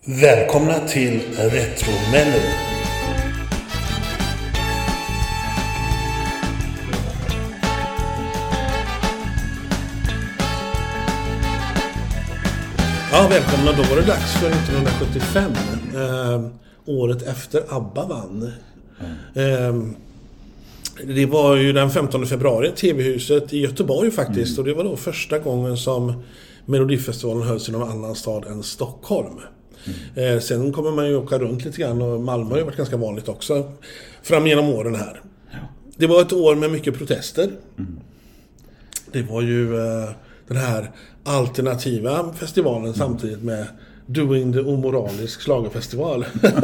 Välkomna till Retro Mello. Ja, välkomna. Då var det dags för 1975. Året efter ABBA vann. Det var ju den 15 februari, TV-huset i Göteborg faktiskt. Och det var då första gången som Melodifestivalen hölls i någon annan stad än Stockholm. Sen kommer man ju åka runt lite grann, och Malmö har ju varit ganska vanligt också fram genom åren här. Det var ett år med mycket protester. Det var ju den här alternativa festivalen samtidigt med Doing the omoralisk schlagerfestival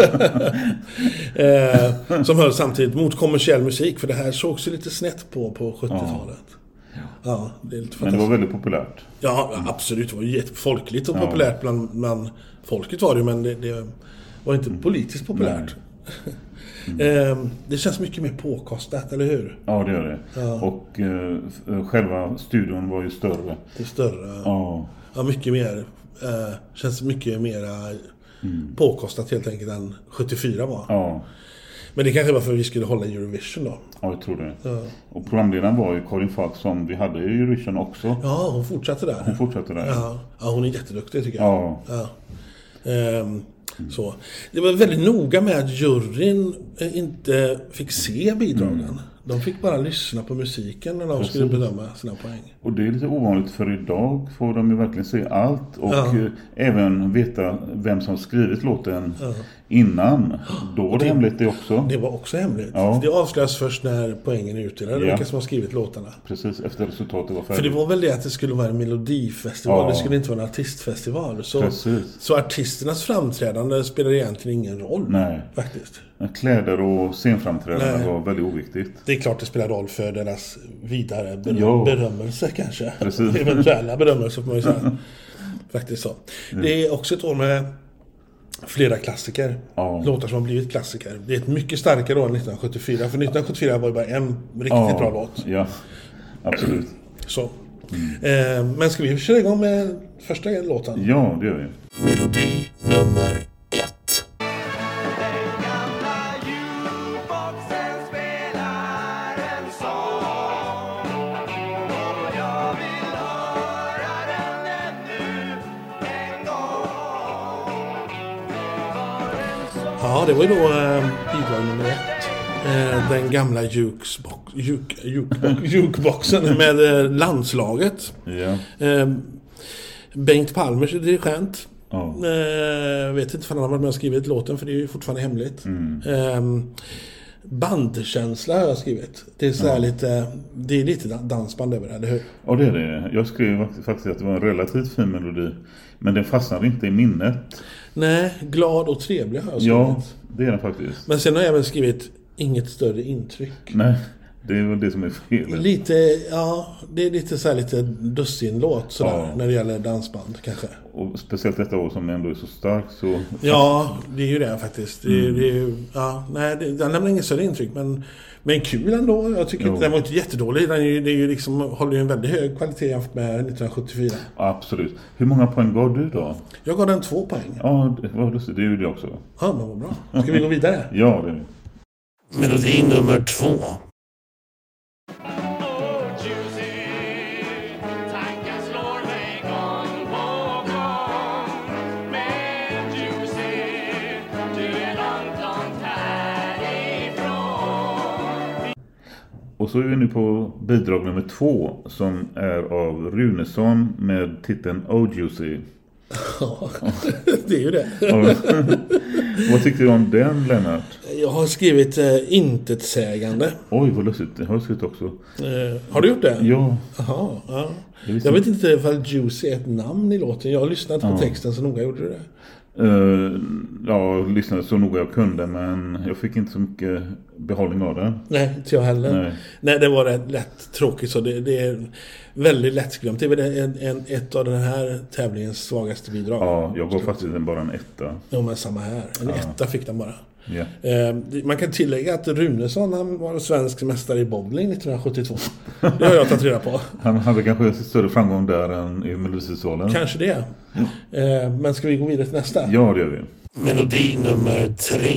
som höll samtidigt mot kommersiell musik, för det här sågs ju lite snett på 70-talet. Ja, det är lite men det var väldigt populärt. Ja, absolut. Det var ju folkligt och populärt bland folket var det, men det var inte politiskt populärt. Det känns mycket mer påkostat, eller hur? Ja, det gör det. Ja. Och själva studion var ju större. Det är större. Ja, mycket mer. Känns mycket mer påkostat helt enkelt än 74 var. Ja. Men det kanske var för att vi skulle hålla Eurovision då. Ja, jag tror det. Ja. Och programledaren var ju Karin Falk, som vi hade i Eurovision också. Ja, hon fortsatte där. Ja, hon är jätteduktig tycker jag. Ja. Så. Det var väldigt noga med att juryn inte fick se bidragen. De fick bara lyssna på musiken när de skulle bedöma sina poäng. Och det är lite ovanligt, för idag får de ju verkligen se allt. Och även veta vem som skrivit låten innan. Då var det hemligt det också. Det var också hemligt. Ja. Det avslöjas först när poängen är utdelade. Vilka som har skrivit låtarna. Precis, efter resultatet var färdigt. För det var väl det att det skulle vara en melodifestival. Det skulle inte vara en artistfestival. Så artisternas framträdande spelar egentligen ingen roll. Nej. Faktiskt. Kläder och scenframträdande var väldigt oviktigt. Det är klart det spelar roll för deras vidare berömmelse kanske. Precis. Eventuella berömmelse får man ju säga. Faktiskt så. Det är också ett år med flera klassiker. Låtar som har blivit klassiker. Det är ett mycket starkare år än 1974. För 1974 var ju bara en riktigt bra låt. Ja, absolut. Så. Men ska vi köra igång med första låten? Ja, det gör vi. Melodi nummer 1. Ja, det var ju då bidrag nummer 1. Den gamla jukeboxen med landslaget. Ja. Bengt Palmers dirigent. Vet inte för han har varit med och skrivit låten, för det är ju fortfarande hemligt. Bandkänsla har jag skrivit. Det är så här det är lite dansband över det, eller hur? Ja, det är det. Jag skrev faktiskt att det var en relativt fin melodi, men den fastnade inte i minnet. Nej, glad och trevlig har jag skrivit. Ja, det är den faktiskt. Men sen har jag även skrivit inget större intryck. Nej, det är väl det som är fel. Lite, det är lite så här lite dussinlåt sådär, när det gäller dansband kanske. Och speciellt detta år som ändå är så starkt så... Ja, det är ju det faktiskt. Det är ju, den lämnar inget större intryck, men kul ändå. Jag tycker inte den var inte jättedålig. Det är ju liksom, håller ju en väldigt hög kvalitet jämfört med 1974. Absolut. Hur många poäng gav du då? Jag gav den 2 poäng. Ja, det var lustigt. Det är ju det också. Ja, men vad bra. Ska vi gå vidare? Ja, det är det. Melodi nummer 2. Och så är vi nu på bidrag nummer 2, som är av Runesson med titeln Oh Juicy. Ja, det är ju det. Vad tyckte du om den, Lennart? Jag har skrivit intetsägande. Oj, vad lustigt. Det har jag skrivit också. Har du gjort det? Ja. Aha, ja. Jag vet inte ifall Juicy är ett namn i låten. Jag har lyssnat på texten så noga. Gjorde du det? Jag lyssnade så noga jag kunde, men jag fick inte så mycket behållning av den. Nej, inte jag heller. Nej, det var rätt tråkigt, så det är väldigt lättglömt. Det är väl ett av den här tävlingens svagaste bidrag. Ja, jag går faktiskt bara en etta. Ja, men samma här. En etta fick den bara. Yeah. Man kan tillägga att Runesson, han var svensk mästare i bowling 1972. Det har jag tagit reda på. Han hade kanske större framgång där än i Melodifestivalen. Kanske det. Men ska vi gå vidare till nästa? Ja, det gör vi. Melodi nummer 3.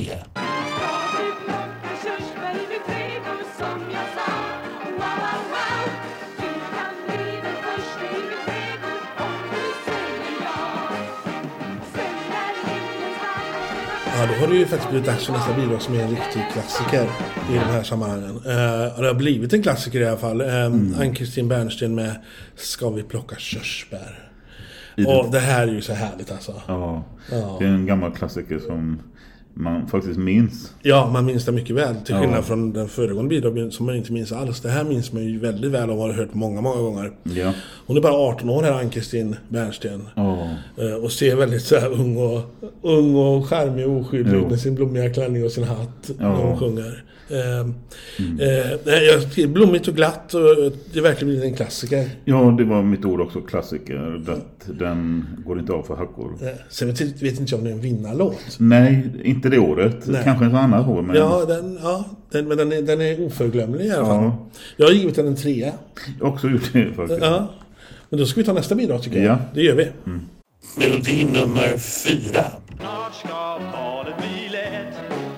Ja, då har det ju faktiskt blivit dags för nästa bidrag som är en riktig klassiker i de här sammanhangen. Det har blivit en klassiker i alla fall. Ann-Kristin Bernsten med Ska vi plocka körsbär. Och det här är ju så härligt alltså. Ja, det är en gammal klassiker som man faktiskt minns. Ja, man minns det mycket väl. Till skillnad från den föregående bidragen som man inte minns alls. Det här minns man ju väldigt väl och har hört många gånger. Ja. Hon är bara 18 år här, Ann-Kristin Bernsten. Och ser väldigt så här ung och charmig och oskyldig ut med sin blommiga klänning och sin hatt när hon sjunger. Blommigt och glatt, och det är verkligen blivit en klassiker. Ja, det var mitt ord också, klassiker. Den går inte av för hackor. Sen vet inte jag om det är en vinnarlåt. Nej, inte det året. Nej. Kanske en annan år. Men... Den är oförglömlig i alla fall. Jag har givit den en 3. Jag har också gjort det faktiskt. Ja. Men då ska vi ta nästa bidrag, tycker jag. Ja. Det gör vi. Melodi nummer 4. Snart ska badet bli lätt.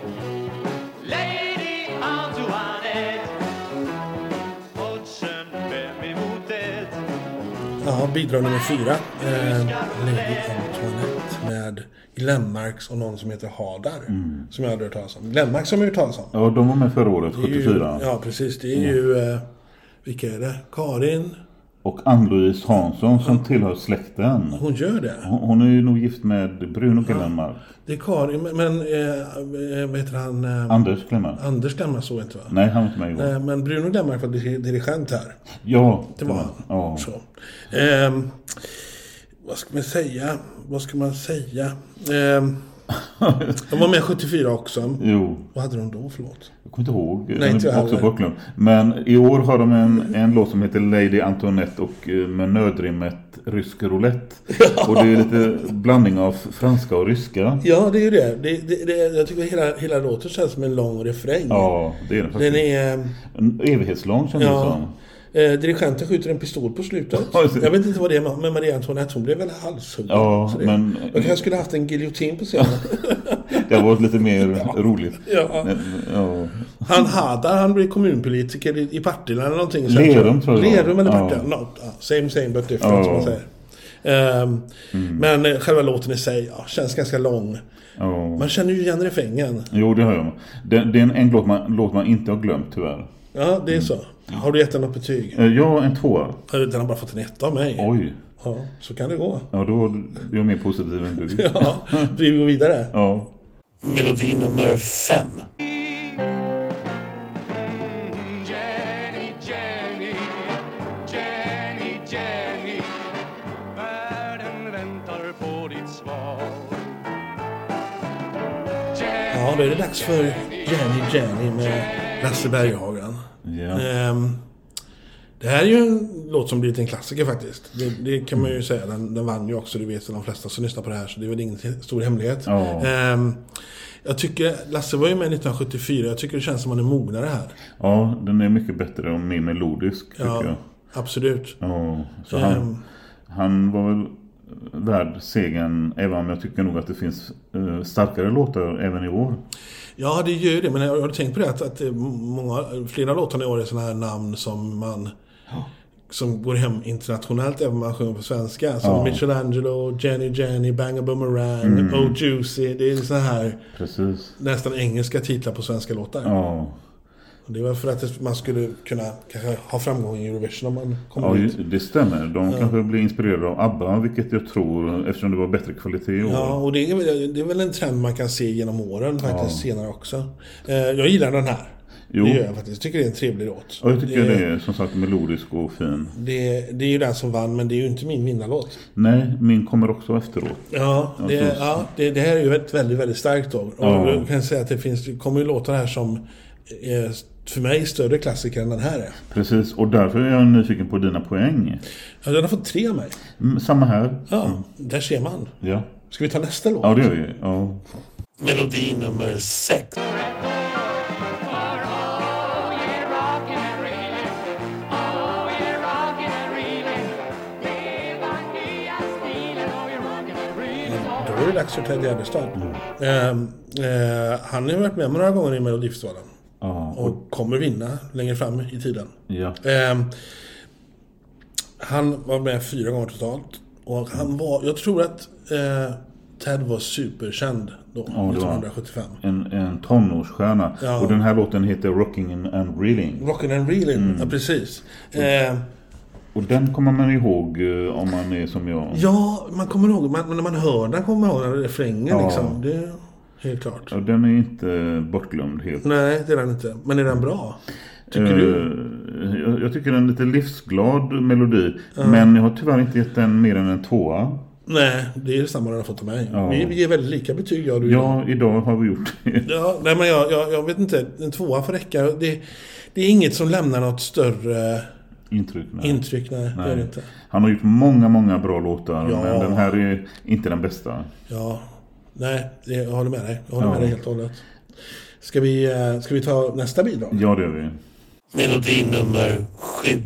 Lady Antoinette. Oddsen 5 emot 1. Ja, bidrag nummer 4. Lady Antoinette med Glenmarks och någon som heter Hadar. Som jag hade hört talas om. Glenmarks som jag hört talas om. Ja, de var med förra året, 74. Ja, precis. Det är ju... vilka är det? Karin... Och Ann-Louise Hansson som tillhör släkten. Hon gör det. Hon är ju nog gift med Bruno Glenmark. Det är Karin, men vad heter han? Anders Glenmark. Anders Glenmark så inte, va? Nej, han var inte med igår. Men Bruno Glenmark var dirigent här. Ja, Det var han. Ja. Så. Vad ska man säga? De var med 74 också. Jo. Vad hade de då, förlåt? Jag kommer inte ihåg. Nej, inte jag också heller. bortglömd. Men i år har de en låt som heter Lady Antoinette och med nödrimmet rysk roulette. Och det är lite blandning av franska och ryska. Ja, det är ju det. Jag tycker hela låten känns som en lång refräng. Ja, det är det faktiskt. Den är... En evighetslång känns det som. Dirigenten skjuter en pistol på slutet. Jag vet inte vad det är med Maria Antoinette. Hon blev väl halshuggen. Ja, men... Jag kanske skulle haft en giljotin på scenen. Det har varit lite mer roligt. Ja. Ja. Han Hadar, han blev kommunpolitiker i Partille eller någonting. Lerum tror jag. Lerum eller Partille. Same but different, som man säger. Men själva låten i sig känns ganska lång. Man känner ju igen refrängen. Jo, det har jag. Det är en låt man inte har glömt, tyvärr. Ja, det är så. Har du gett den något betyg? Ja, en 2. Den har bara fått en 1 av mig. Oj. Ja, så kan det gå. Ja, då är jag mer positiv än du. Ja, vi går vidare. Ja. Melodi nummer 5. Jenny, Jenny, Jenny, Jenny. Världen väntar på ditt svar. Ja, då är det dags för Jenny med Lasse Berghagen. Ja. Det här är ju en låt som blivit en klassiker faktiskt. Det kan man ju säga. Den vann ju också, det vet de flesta som lyssnar på det här. Så det är väl ingen stor hemlighet. Ja. Jag tycker, Lasse var ju med 1974. Jag tycker det känns som man är mognare här. Ja, den är mycket bättre och mer melodisk, tycker jag. Absolut. Ja, så han var väl värd segern, även om jag tycker nog att det finns starkare låtar även i år. Ja, det gör det, men jag har tänkt på det att flera låtar i år är sådana här namn som går hem internationellt även om man sjunger på svenska. Som Michelangelo, Jenny, Bang a Boomerang, Oh Juicy. Det är sådana här nästan engelska titlar på svenska låtar. Ja. Det var för att man skulle kunna kanske ha framgång i Eurovision om man kommer dit. Ja, det stämmer. De kanske blir inspirerade av ABBA, vilket jag tror, eftersom det var bättre kvalitet i år. Ja, och det är väl en trend man kan se genom åren faktiskt senare också. Jag gillar den här. Jo. Det gör jag faktiskt. Jag tycker det är en trevlig låt. Ja, jag tycker det är som sagt melodisk och fin. Det är ju den som vann, men det är ju inte min vinnarlåt. Nej, min kommer också efteråt. Det här är ju ett väldigt, väldigt starkt år. Och jag kan säga att det kommer ju låtar här som för mig större klassiker än den här är. Precis, och därför är jag nyfiken på dina poäng. Ja, den har fått 3 av mig. Samma här. Ja, där ser man. Ja. Ska vi ta nästa låt? Ja, det gör vi. Ja. Melodi nummer 6. Då är det dags för Ted Gärdestad. Han har varit med några gånger i Melodifestivalen. Ja. Och kommer vinna längre fram i tiden. Ja. Han var med 4 gånger totalt. Och han var, jag tror att Ted var superkänd då, Ja, det var 1975. En tonårsstjärna. Ja. Och den här låten heter Rocking and Reeling. Rockin' and Reeling, ja precis. Och den kommer man ihåg om man är som jag. Ja, man kommer ihåg, men när man hör den kommer man ihåg den refrängen liksom. Det är helt klart. Ja, den är inte bortglömd helt. Nej, det är den inte. Men är den bra? Tycker du? Jag tycker den är lite livsglad melodi. Men jag har tyvärr inte gett den mer än en 2. Nej, det är samma den har fått av mig. Ja. Vi ger väldigt lika betyg, jag och du. Ja, idag har vi gjort det. Ja, nej men jag vet inte. En 2 får räcka. Det är inget som lämnar något större Intryck, nej. Det är det inte. Han har gjort många bra låtar. Ja. Men den här är inte den bästa. Ja, nej, jag håller med dig. Jag håller med dig helt och hållet. Ska vi ta nästa bidrag? Ja, det gör vi. Melodi nummer 7.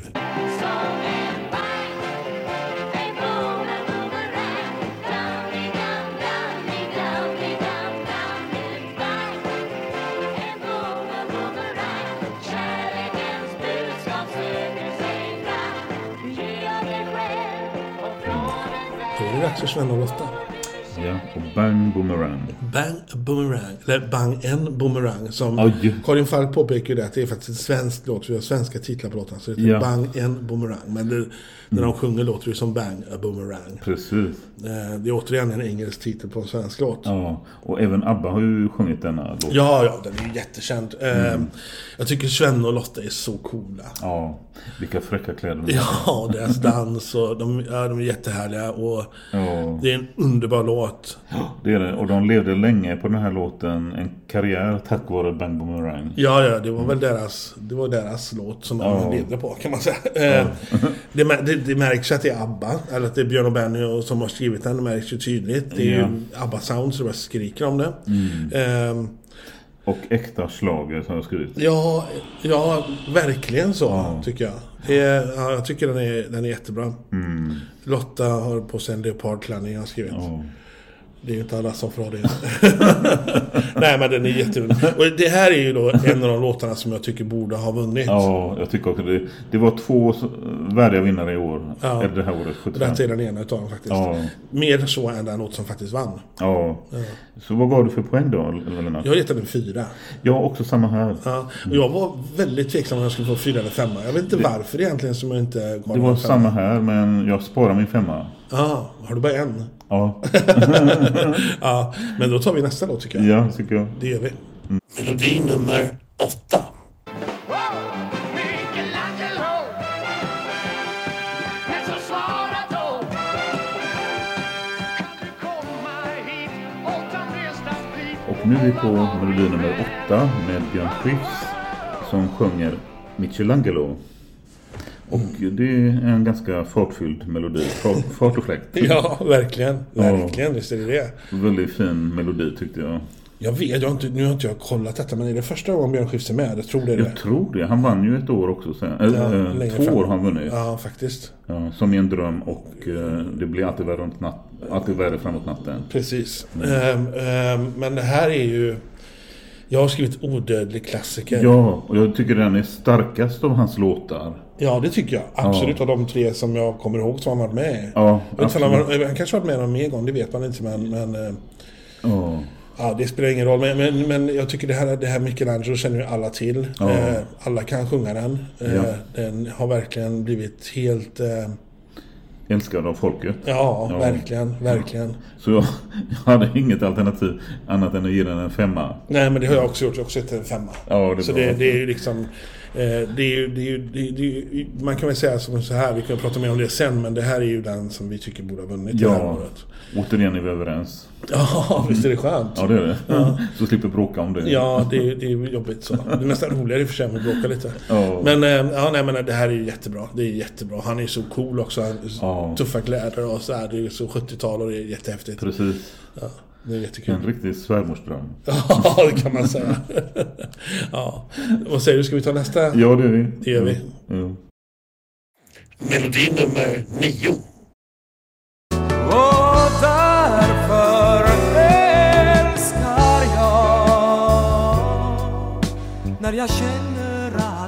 Då är det dags för Sven och Lotta. Ja, och Bang Boomerang. Bang a Boomerang, eller Bang en Boomerang, som Oj. Karin Falk påpekar det, att det är faktiskt en svensk låt, vi har svenska titlar på låten, så det heter Bang en Boomerang, men när de sjunger låter det som Bang a Boomerang. Precis. Det är återigen en engelsk titel på en svensk låt. Ja, och även ABBA har ju sjungit denna låt. Ja, den är ju jättekänd. Jag tycker Sven och Lotta är så coola. Ja, vilka fräcka kläder de Ja, deras dans och de är jättehärliga och Ja. det är en underbar låt. Det är det, och de levde länge på den här låten, en karriär tack vare Bang Boomerang. Ja, det var väl deras låt som de levde på, kan man säga. Det märks att det är ABBA, eller att det är Björn och Benny som har skrivit den, det märks ju tydligt. Det är ju ABBA-sound, så det skriker om det. Och äkta schlager som jag skrivit. Ja, verkligen så, tycker jag. Jag tycker den är jättebra. Lotta har på sig en leopardklänning, jag har skrivit. Det är ju inte alla som får ha det. Nej, men den är jätterolig. Och det här är ju då en av de låtarna som jag tycker borde ha vunnit. Ja, jag tycker också det var 2 värdiga vinnare i år. Ja. Eller det här året, 75. Rätt är den ena utav dem faktiskt. Ja. Mer så än den låt som faktiskt vann. Ja. Så vad gav du för poäng då, Lennart? Jag har gett den en 4. Jag också samma här. Ja. Och jag var väldigt tveksam om jag skulle få 4 eller 5. Jag vet inte varför egentligen som jag inte gav Det var en 5. samma här, men jag sparar min 5. Ja, har du bara en? Ja. Ja, men då tar vi nästa låt, tycker jag. Ja, tycker jag. Det gör vi. Melodi nummer 8. Michelangelo, men så svara då. Kan du komma hit och ta nästa bit? Och nu är vi på melodi nummer 8 med Björn Skifs som sjunger Michelangelo. Och det är en ganska fartfylld melodi. Fart och fläkt. Ja, verkligen. Verkligen, visst är det. Väldigt fin melodi tyckte jag. Jag vet, nu har inte jag kollat detta, men är det första gången Björn Skifs är med? Jag tror det är det. Jag tror det. Han vann ju ett år också sen. 2 år har han vunnit. Ja, faktiskt. Ja, som i en dröm, och det blir alltid värre framåt natten. Precis. Men det här är ju... Jag har skrivit odödlig klassiker. Ja, och jag tycker den är starkast av hans låtar. Ja, det tycker jag. Absolut, av de 3 som jag kommer ihåg som han varit med. Ja, han kanske varit med någon mer gång, det vet man inte, men ja, det spelar ingen roll. Men jag tycker det här Michelangelo känner ju alla till. Alla kan sjunga den. Den har verkligen blivit helt... älskad av folket. Ja, verkligen. Så jag hade inget alternativ annat än att ge den en 5. Nej, men det har jag också gjort. Jag har också gett en 5. Ja, det är så bra. det är ju liksom... Man kan väl säga som så här, vi kan prata mer om det sen, men det här är ju den som vi tycker borde ha vunnit det här året. Återigen är vi överens. Ja, visst är det skönt. Ja, det är det. Ja. Så slipper bråka om det. Ja, det är jobbigt så. Det är nästan roligare i och för sig att bråka lite. Ja. Men det här är ju jättebra. Det är jättebra. Han är så cool också. Tuffa kläder och så här. Det är så 70-tal och det är jättehäftigt. Precis. Ja, det är jättekul. En riktig svärmorsdröm. Ja, det kan man säga. Ja. Vad säger du? Ska vi ta nästa? Ja, det är vi. Det gör vi. Ja. Melodi nummer 9. Och därför älskar jag när jag känner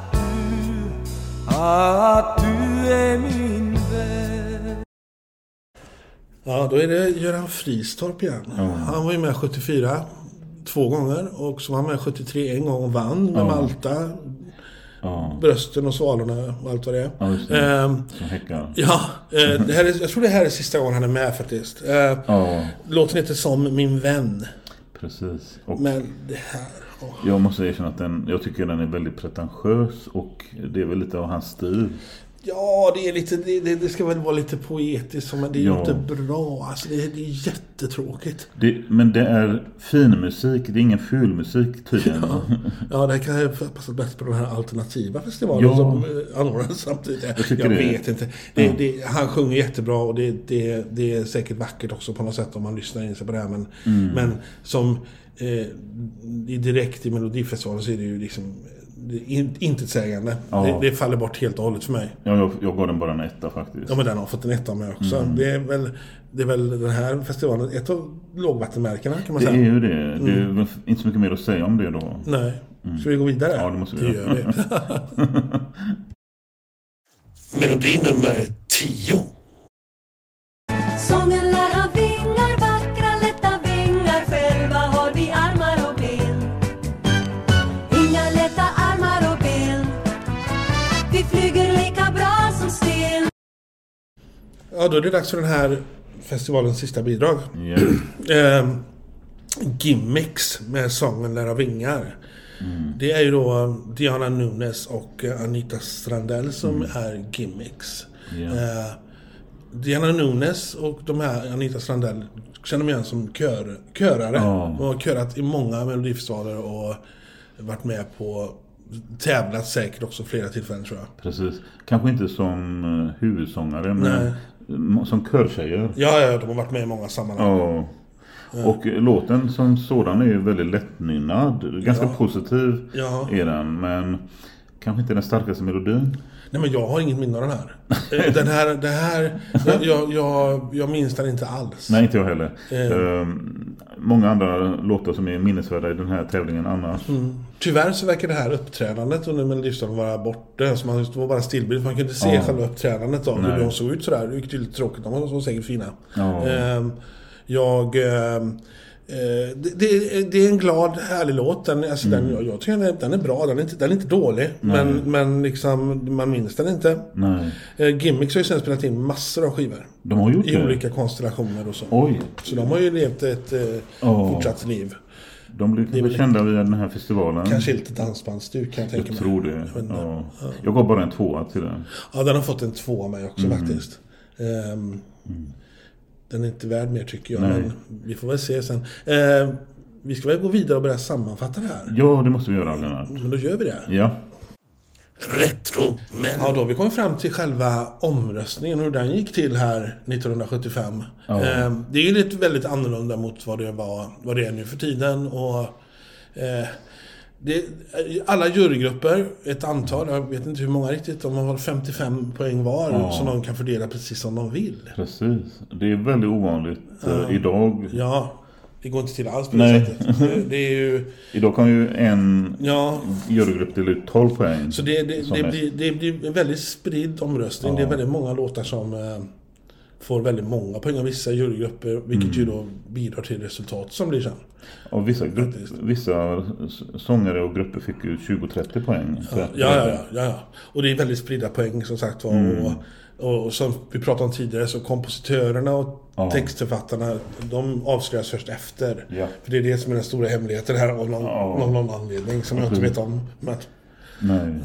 att du är min vän. Ja, då är det Göran Fristorp igen. Han var ju med 74 2 gånger och så var han med 73 en gång och vann med Malta. Brösten och svalorna och allt vad det är. Som häckar. Det här är, jag tror det här är sista gången han är med faktiskt. Låten heter Som min vän. Precis. Och men det här... Jag måste erkänna att jag tycker den är väldigt pretentiös och det är väl lite av hans stil. Ja, det är lite, det ska väl vara lite poetiskt, men det är ju inte bra. Alltså, det är jättetråkigt. Men det är fin musik, det är ingen ful musik tydligen. Ja, det kan passa bäst på den här alternativa festivalen som anordnas samtidigt. Jag vet inte. Han sjunger jättebra och det är säkert vackert också på något sätt om man lyssnar in sig på det här. Men som direkt i Melodifestivalen så är det ju liksom... intetsägande. Det faller bort helt och hållet för mig. Ja, jag går den bara en 1 faktiskt. Ja, men den har fått en 1 av mig också. Det är väl den här festivalen ett av lågvattenmärkena kan man säga. Det är ju det. Det är inte så mycket mer att säga om det då. Nej. Ska vi gå vidare? Ja, det måste vi göra. Det gör vi. Melodi nummer 10. Sången lär ha vingar, vackra lätta vingar. Själva har vi armar och ben. Inga lätta armar och ben. Vi flyger lika bra som sten. Ja, då är det dags för den här festivalens sista bidrag. Gimmicks med sången lär ha vingar. Det är ju då Diana Nunes och Anita Strandell som är gimmicks. Diana Nunes och de här Anita Strandell känner mig igen som körare och har körat i många melodifestivaler och varit med på tävlat säkert också flera tillfällen tror jag. Precis. Kanske inte som huvudsångare men som körtjejer. Ja, de har varit med i många sammanhang. Och låten som sådan är ju väldigt lättnynnad. Ganska positiv är den, men kanske inte den starkaste melodin. Nej, men jag har inget minne av den här. Det här jag minns den inte alls. Nej, inte jag heller. Många andra låtar som är minnesvärda i den här tävlingen annars. Tyvärr så verkar det här uppträdandet under Melodifestivalen vara borta. Så man var bara stillbild. Man kunde inte se själva uppträdandet då, hur de såg ut sådär. Det är lite tråkigt. De var så säkert fina. Det är en glad, härlig låt. Jag tycker den är bra. Den är inte dålig. Men liksom, man minns den inte. Gimmicks har ju sen spelat in massor av skivor. De har gjort i olika konstellationer och så. Så de har ju levt ett fortsatt liv. De blev kända via den här festivalen. Kanske lite dansbandstuk kan jag tänka mig. Jag tror det. Jag gav bara en 2 till den. Ja, den har fått en 2 av mig också faktiskt. Den är inte värd mer tycker jag. Men vi får väl se sen. Vi ska väl gå vidare och börja sammanfatta det här. Ja, det måste vi göra, Lennart. Men då gör vi det. Ja. Retro. Ja, då har vi kommit fram till själva omröstningen. Hur den gick till här 1975. Det är ju lite väldigt annorlunda mot vad det är nu för tiden. Och alla jurygrupper, ett antal, jag vet inte hur många riktigt, de har 55 poäng var som de kan fördela precis som de vill. Precis, det är väldigt ovanligt idag. Ja, det går inte till alls på det sättet. Det är ju... Idag kan ju en jurygrupp dela ut 12 poäng. Så det blir en väldigt spridd omröstning. Det är väldigt många låtar som får väldigt många poäng av vissa jurygrupper, vilket ju då bidrar till resultat som blir sen. Och vissa sångare och grupper fick ju 20-30 poäng. Ja. Och det är väldigt spridda poäng som sagt var. Och som vi pratade om tidigare så kompositörerna och textförfattarna, de avslöjas först efter. För det är det som är den stora hemligheten här av någon anledning som jag inte vet om. Men Nej.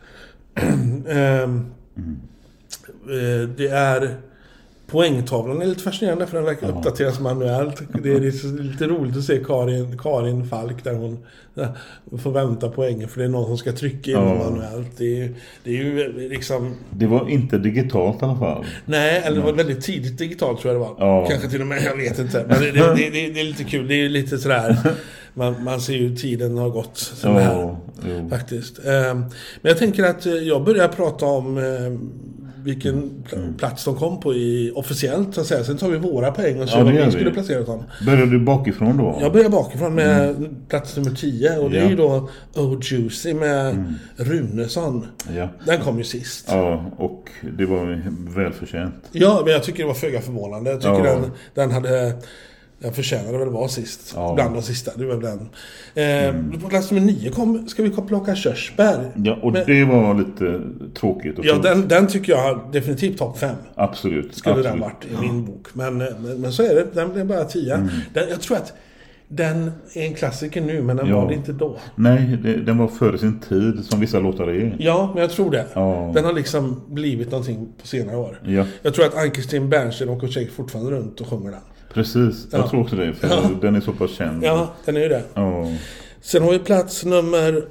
Det är... Poängtavlan är lite fascinerande för den verkar uppdateras manuellt. Det är lite roligt att se Karin Falk där hon får vänta poängen för det är någon som ska trycka in manuellt. Det är ju liksom... Det var inte digitalt i alla fall. Nej, eller det var väldigt tidigt digitalt tror jag det var. Ja. Kanske till och med, jag vet inte. Men det är lite kul. Det är lite sådär... Man ser ju tiden har gått sen det här. Faktiskt. Men jag tänker att jag börjar prata om... vilken plats de kom på officiellt så att säga. Sen tar vi våra poäng och så vi skulle placera dem. Börjar du bakifrån då? Jag börjar bakifrån med plats nummer 10 och det är ju då Oh Juicy med Runesson. Ja. Den kom ju sist. Ja, och det var välförtjänt. Ja, men jag tycker det var föga förvånande. Jag tycker den hade... Jag förtjänade väl vara sist. Bland de sista. Det var den. På plats nummer 9 ska vi plocka körsbär. Ja, och det var lite tråkigt. Ja, den tycker jag har definitivt topp 5. Absolut. Skulle den varit i min bok. Men så är det. Den blev bara 10. Jag tror att den är en klassiker nu, men den var det inte då. Nej, den var före sin tid, som vissa låtar är. Ja, men jag tror det. Den har liksom blivit någonting på senare år. Ja. Jag tror att Ann-Kristin Bernstein åker säkert fortfarande runt och sjunger den. Precis, jag tror också det, för den är så pass känd. Ja, den är ju det. Sen har vi plats nummer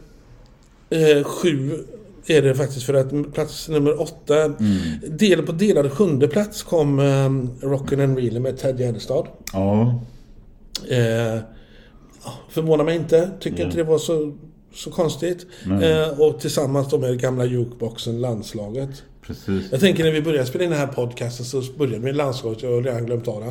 7 är det faktiskt, för att plats nummer 8 på delad 7:e plats kom Rockin' and Reelin' med Ted Gärdestad. Förvånar mig inte, tycker inte det var så konstigt. Och tillsammans med den gamla jukeboxen Landslaget. Precis. Jag tänker när vi började spela in den här podcasten så började med Landslaget och jag har redan glömt av den.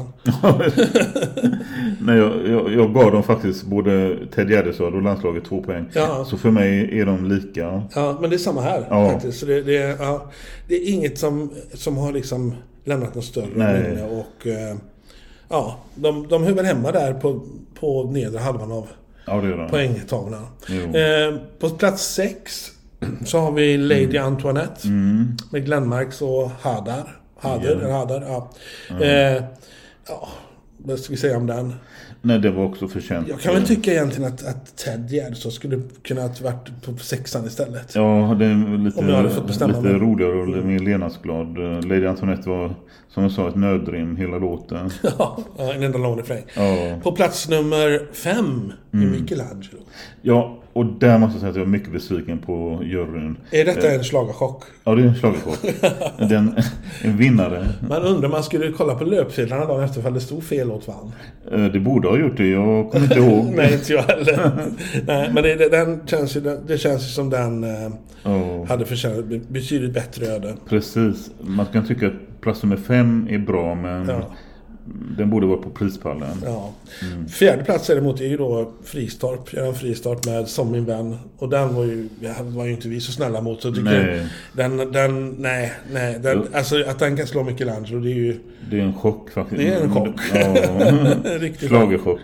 Nej, jag gav dem faktiskt både Ted Gärdestad och Landslaget 2 poäng. Ja. Så för mig är de lika. Ja, men det är samma här faktiskt. Så det är inget som har liksom lämnat något större minne. Och de hör väl hemma där på nedre halvan av poängtavlan. På plats 6 så har vi Lady Antoinette med Glenn Marks och Hader. Vad ska vi säga om den? Nej, det var också förtjänt. Jag kan väl tycka egentligen att Ted Gärdestad skulle kunna ha varit på 6:an istället. Ja, det är lite roligare och mer levnadsglad. Lady Antoinette var, som jag sa, ett nödrim hela låten. Ja, en enda lång refräng. På plats nummer 5 är Michelangelo. Ja, och där måste jag säga att jag är mycket besviken på juryn. Är detta en schlagerchock? Ja, det är en schlagerchock. En vinnare. Man undrar, man skulle kolla på löpsedlarna dagen efter för det stod fel åt vann. Det borde ha gjort det, jag kommer inte ihåg. Nej, inte jag heller. Nej, men det känns ju som den hade förtjänat betydligt bättre öde. Precis. Man kan tycka att plats nummer 5 är bra, men... Den borde vara på prispallen. Ja. 4:e plats däremot är ju då Fristorp med Som min vän. Och den var ju inte vi så snälla mot. Så tycker alltså att den kan slå Michelangelo, det är ju... Det är en chock faktiskt. Det är en chock. Riktigt schlagerchock.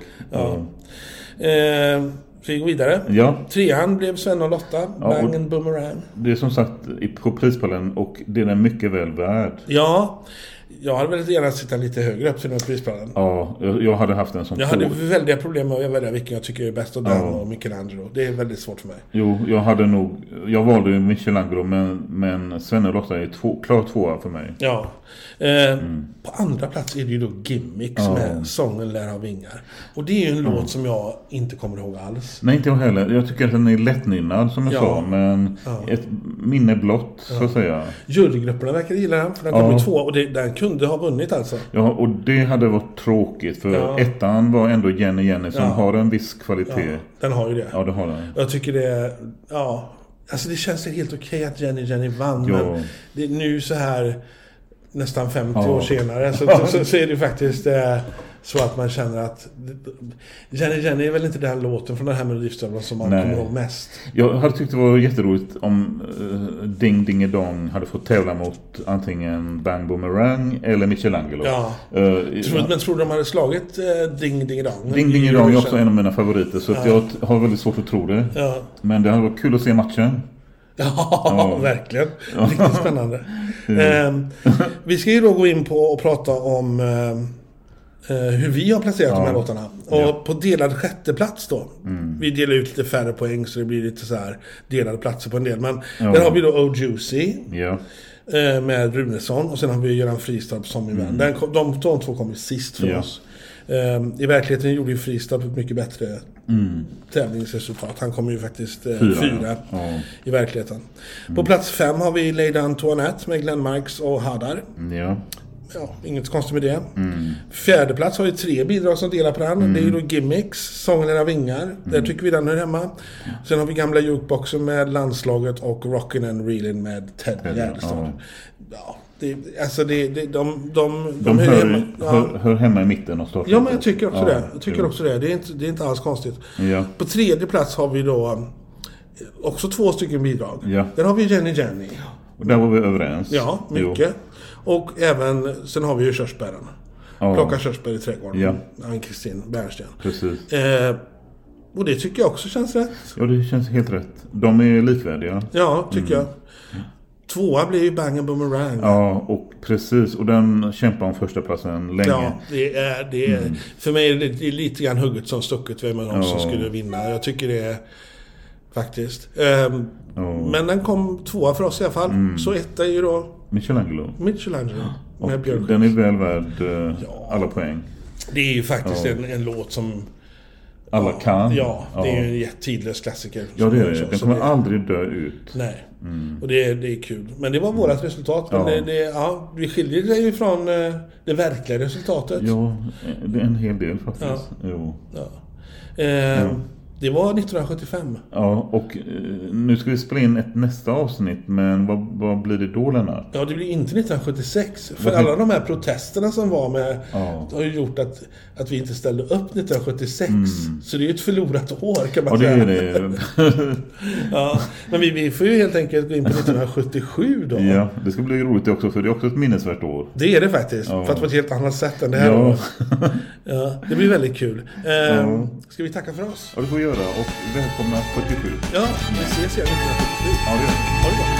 Vi går vidare. 3:an blev Sven och Lotta. Bang and Boomerang. Det är som sagt på prispallen och det är mycket väl värd. Ja. Jag hade väldigt gärna sitta lite högre upp till den prispallen. Ja, jag hade haft en som jag hade väldiga problem med att välja vilken jag tycker är bäst av den och Michelangelo. Det är väldigt svårt för mig. Jo, jag valde Michelangelo, men Sven och Lotta är klar 2 för mig. Ja. På andra plats är det ju då Gimmicks med Sången lär ha vingar. Och det är ju en låt som jag inte kommer ihåg alls. Nej, inte jag heller. Jag tycker att den är lättnynnad som jag sa, men ett minne blott så att säga. Jurygrupperna verkar gilla den, för den kom ju 2 och den kunde ha vunnit alltså. Ja, och det hade varit tråkigt för 1:an var ändå Jenny som har en viss kvalitet. Ja, den har ju det. Ja, det har den. Jag tycker det alltså det känns helt okej att Jenny vann, men det är nu så här nästan 50 år senare så är det faktiskt så att man känner att Jenny är väl inte den låten från den här Melodifestivalen som man kommer ihåg mest. Jag hade tyckt det var jätteroligt om Ding Ding Dong hade fått tävla mot antingen Bang Boomerang eller Michelangelo. Men tror de hade slagit Ding Ding Dong? Ding Ding Dong är också en av mina favoriter, så att jag har väldigt svårt att tro det. Men det hade varit kul att se matchen. Ja, verkligen. Riktigt spännande. Vi ska ju då gå in på och prata om hur vi har placerat de här låtarna. Och Ja. på delad sjätte plats då. Vi delar ut lite färre poäng så det blir lite så här delade platser på en del. Men där har vi då Oh Juicy Ja. med Runesson. Och sen har vi Göran Fristorp som i vän. De två kom ju sist för oss. I verkligheten gjorde ju Fristorp ett mycket bättre tävlingsresultat. Han kom ju faktiskt fyra i verkligheten. På plats 5 har vi Lady Antoinette med Glenn Marks och Hadar. Ja. Ja, inget konstigt med det. Fjärde plats har vi 3 bidrag som delar på den. Det är ju då Gimmicks, Sången av vingar. Där tycker vi den hör hemma. Sen har vi gamla jukeboxen med Landslaget och Rockin' and Reelin' med Ted Gärdestad. Ja, de hör hemma. Hör hemma i mitten och starten. Ja, men jag tycker också det. Det är inte alls konstigt. Ja. På tredje plats har vi då också 2 stycken bidrag. Ja. Där har vi Jenny. Och där var vi överens. Ja, mycket. Jo. Och även, sen har vi ju körsbären. Plocka körsbär i trädgården. Ja. Ann-Kristin Bernsten. Precis. Och det tycker jag också känns rätt. Ja, det känns helt rätt. De är likvärdiga. Ja, tycker jag. 2 blir ju Bang and Boomerang. Ja, och precis. Och den kämpar om första platsen länge. Ja, det är för mig är det lite grann hugget som stucket vem av dem som skulle vinna. Jag tycker det är faktiskt. Men den kom 2 för oss i alla fall. Så 1 är ju då Michelangelo. Med Björk. Den är väl värd alla poäng. Det är ju faktiskt en låt som alla kan. Ja, det är ju en tidlös klassiker. Ja, det är det. Den kommer aldrig dö ut. Nej. Och det är kul. Men det var vårat resultat. Men vi skiljer det ju från det verkliga resultatet. Ja, det är en hel del faktiskt. Jo. Det var 1975. Ja, och nu ska vi spela in ett nästa avsnitt. Men vad blir det då, Lennart? Ja, det blir inte 1976. För alla de här protesterna som var med har ju gjort att vi inte ställde upp 1976. Så det är ju ett förlorat år, kan man säga. Ja, det är det. Ja, men vi får ju helt enkelt gå in på 1977 då. Ja, det ska bli roligt också, för det är också ett minnesvärt år. Det är det faktiskt, fast på ett helt annat sätt än det här året. Ja, det blir väldigt kul. Ska vi tacka för oss? Ja, det får vi göra. Och välkomna 47. Ja, vi ses igen 1977. Ja, det gör vi. Ha det bra.